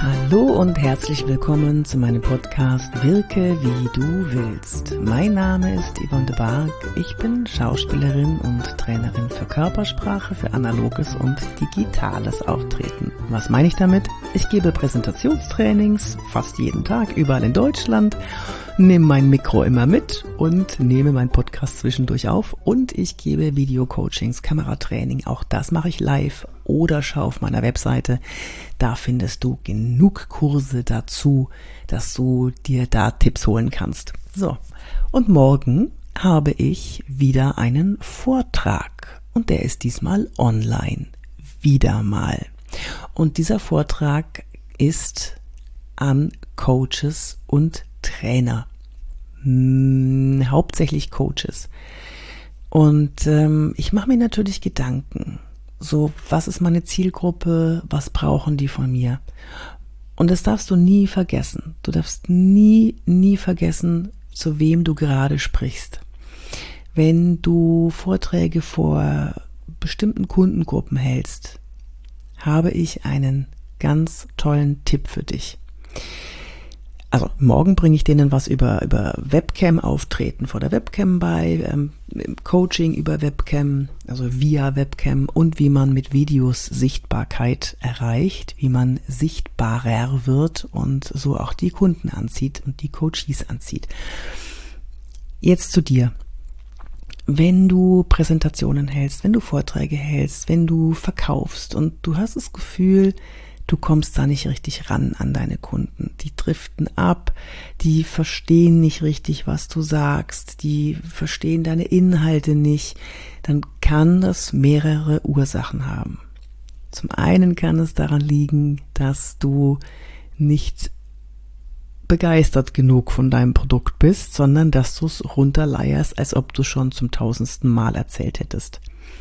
Hallo und herzlich willkommen zu meinem Podcast Wirke wie du willst. Mein Name ist Yvonne de Barg. Ich bin Schauspielerin und Trainerin für Körpersprache, für analoges und digitales Auftreten. Was meine ich damit? Ich gebe Präsentationstrainings fast jeden Tag überall in Deutschland, nehme mein Mikro immer mit und nehme meinen Podcast zwischendurch auf und ich gebe Videocoachings, Kameratraining, auch das mache ich live oder schau auf meiner Webseite, da findest du genug Kurse dazu, dass du dir da Tipps holen kannst. So, und morgen habe ich wieder einen Vortrag und der ist diesmal online, wieder mal. Und dieser Vortrag ist an Coaches und Trainer, hauptsächlich Coaches. Und ich mache mir natürlich Gedanken, so was ist meine Zielgruppe, was brauchen die von mir? Und das darfst du nie vergessen. Du darfst nie vergessen, zu wem du gerade sprichst. Wenn du Vorträge vor bestimmten Kundengruppen hältst, habe ich einen ganz tollen Tipp für dich. Also morgen bringe ich denen was über Webcam-Auftreten vor der Webcam bei, Coaching über Webcam, also via Webcam und wie man mit Videos Sichtbarkeit erreicht, wie man sichtbarer wird und so auch die Kunden anzieht und die Coaches anzieht. Jetzt zu dir. Wenn du Präsentationen hältst, wenn du Vorträge hältst, wenn du verkaufst und du hast das Gefühl, du kommst da nicht richtig ran an deine Kunden. Die driften ab, die verstehen nicht richtig, was du sagst, die verstehen deine Inhalte nicht. Dann kann das mehrere Ursachen haben. Zum einen kann es daran liegen, dass du nicht begeistert genug von deinem Produkt bist, sondern dass du es runterleierst, als ob du schon zum 1000. Mal erzählt hättest.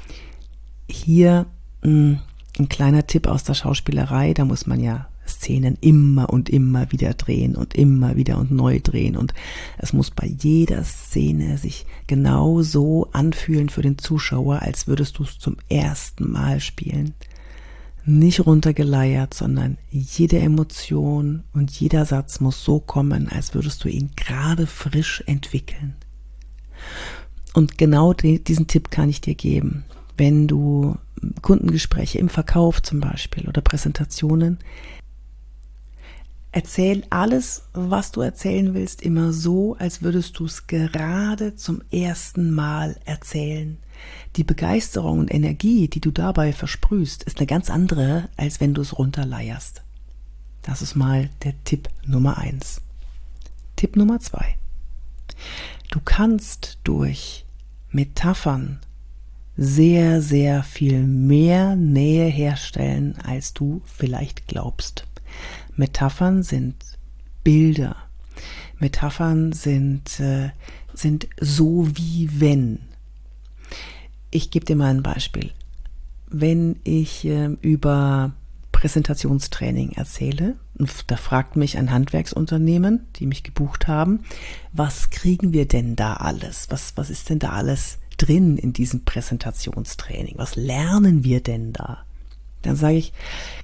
Hier ein kleiner Tipp aus der Schauspielerei, da muss man ja Szenen immer und immer wieder drehen und immer wieder und neu drehen und es muss bei jeder Szene sich genau so anfühlen für den Zuschauer, als würdest du es zum ersten Mal spielen. Nicht runtergeleiert, sondern jede Emotion und jeder Satz muss so kommen, als würdest du ihn gerade frisch entwickeln. Und genau diesen Tipp kann ich dir geben. Wenn du Kundengespräche im Verkauf zum Beispiel oder Präsentationen, erzähl alles, was du erzählen willst, immer so, als würdest du es gerade zum ersten Mal erzählen. Die Begeisterung und Energie, die du dabei versprühst, ist eine ganz andere, als wenn du es runterleierst. Das ist mal der Tipp Nummer 1. Tipp Nummer 2. Du kannst durch Metaphern sehr, sehr viel mehr Nähe herstellen, als du vielleicht glaubst. Metaphern sind Bilder. Metaphern sind so wie wenn. Ich gebe dir mal ein Beispiel. Wenn ich über Präsentationstraining erzähle, da fragt mich ein Handwerksunternehmen, die mich gebucht haben, was kriegen wir denn da alles? Was ist denn da alles drin in diesem Präsentationstraining? Was lernen wir denn da? Dann sage ich,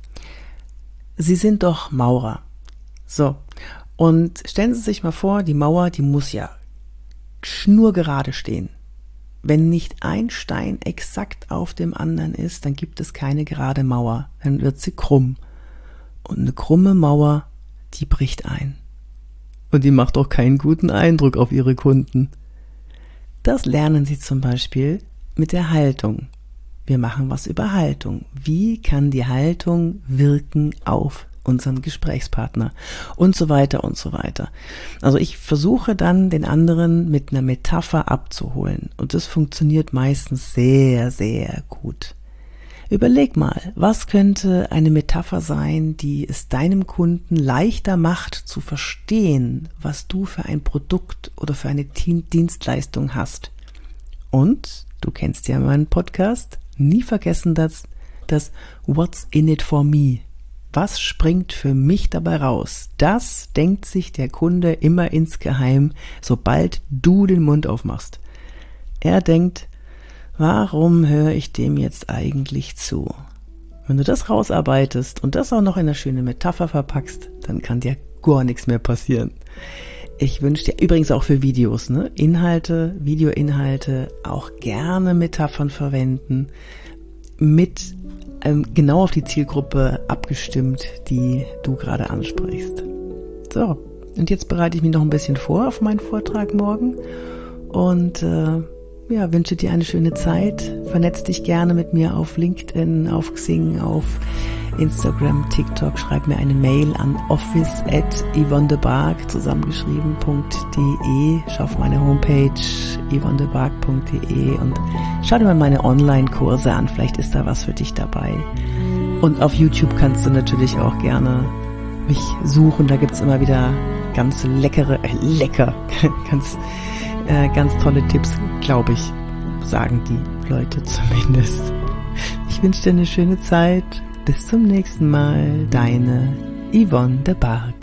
Sie sind doch Maurer. So, und stellen Sie sich mal vor, die Mauer, die muss ja schnurgerade stehen. Wenn nicht ein Stein exakt auf dem anderen ist, dann gibt es keine gerade Mauer, dann wird sie krumm. Und eine krumme Mauer, die bricht ein. Und die macht auch keinen guten Eindruck auf ihre Kunden. Das lernen Sie zum Beispiel mit der Haltung. Wir machen was über Haltung. Wie kann die Haltung wirken auf unseren Gesprächspartner? Und so weiter und so weiter. Also ich versuche dann, den anderen mit einer Metapher abzuholen. Und das funktioniert meistens sehr, sehr gut. Überleg mal, was könnte eine Metapher sein, die es deinem Kunden leichter macht zu verstehen, was du für ein Produkt oder für eine Dienstleistung hast. Und, du kennst ja meinen Podcast, nie vergessen das What's in it for me. Was springt für mich dabei raus? Das denkt sich der Kunde immer insgeheim, sobald du den Mund aufmachst. Er denkt, warum höre ich dem jetzt eigentlich zu? Wenn du das rausarbeitest und das auch noch in eine schöne Metapher verpackst, dann kann dir gar nichts mehr passieren. Ich wünsche dir übrigens auch für Videos, ne? Videoinhalte, auch gerne Metaphern verwenden, mit genau auf die Zielgruppe abgestimmt, die du gerade ansprichst. So, und jetzt bereite ich mich noch ein bisschen vor auf meinen Vortrag morgen und wünsche dir eine schöne Zeit. Vernetz dich gerne mit mir auf LinkedIn, auf Xing, auf Instagram, TikTok. Schreib mir eine Mail an office@yvonnedebarg zusammengeschrieben.de. Schau auf meine Homepage yvonnedebarg.de und schau dir mal meine Online-Kurse an. Vielleicht ist da was für dich dabei. Und auf YouTube kannst du natürlich auch gerne mich suchen. Da gibt's immer wieder ganz ganz tolle Tipps, glaube ich, sagen die Leute zumindest. Ich wünsche dir eine schöne Zeit. Bis zum nächsten Mal. Deine Yvonne de Barg.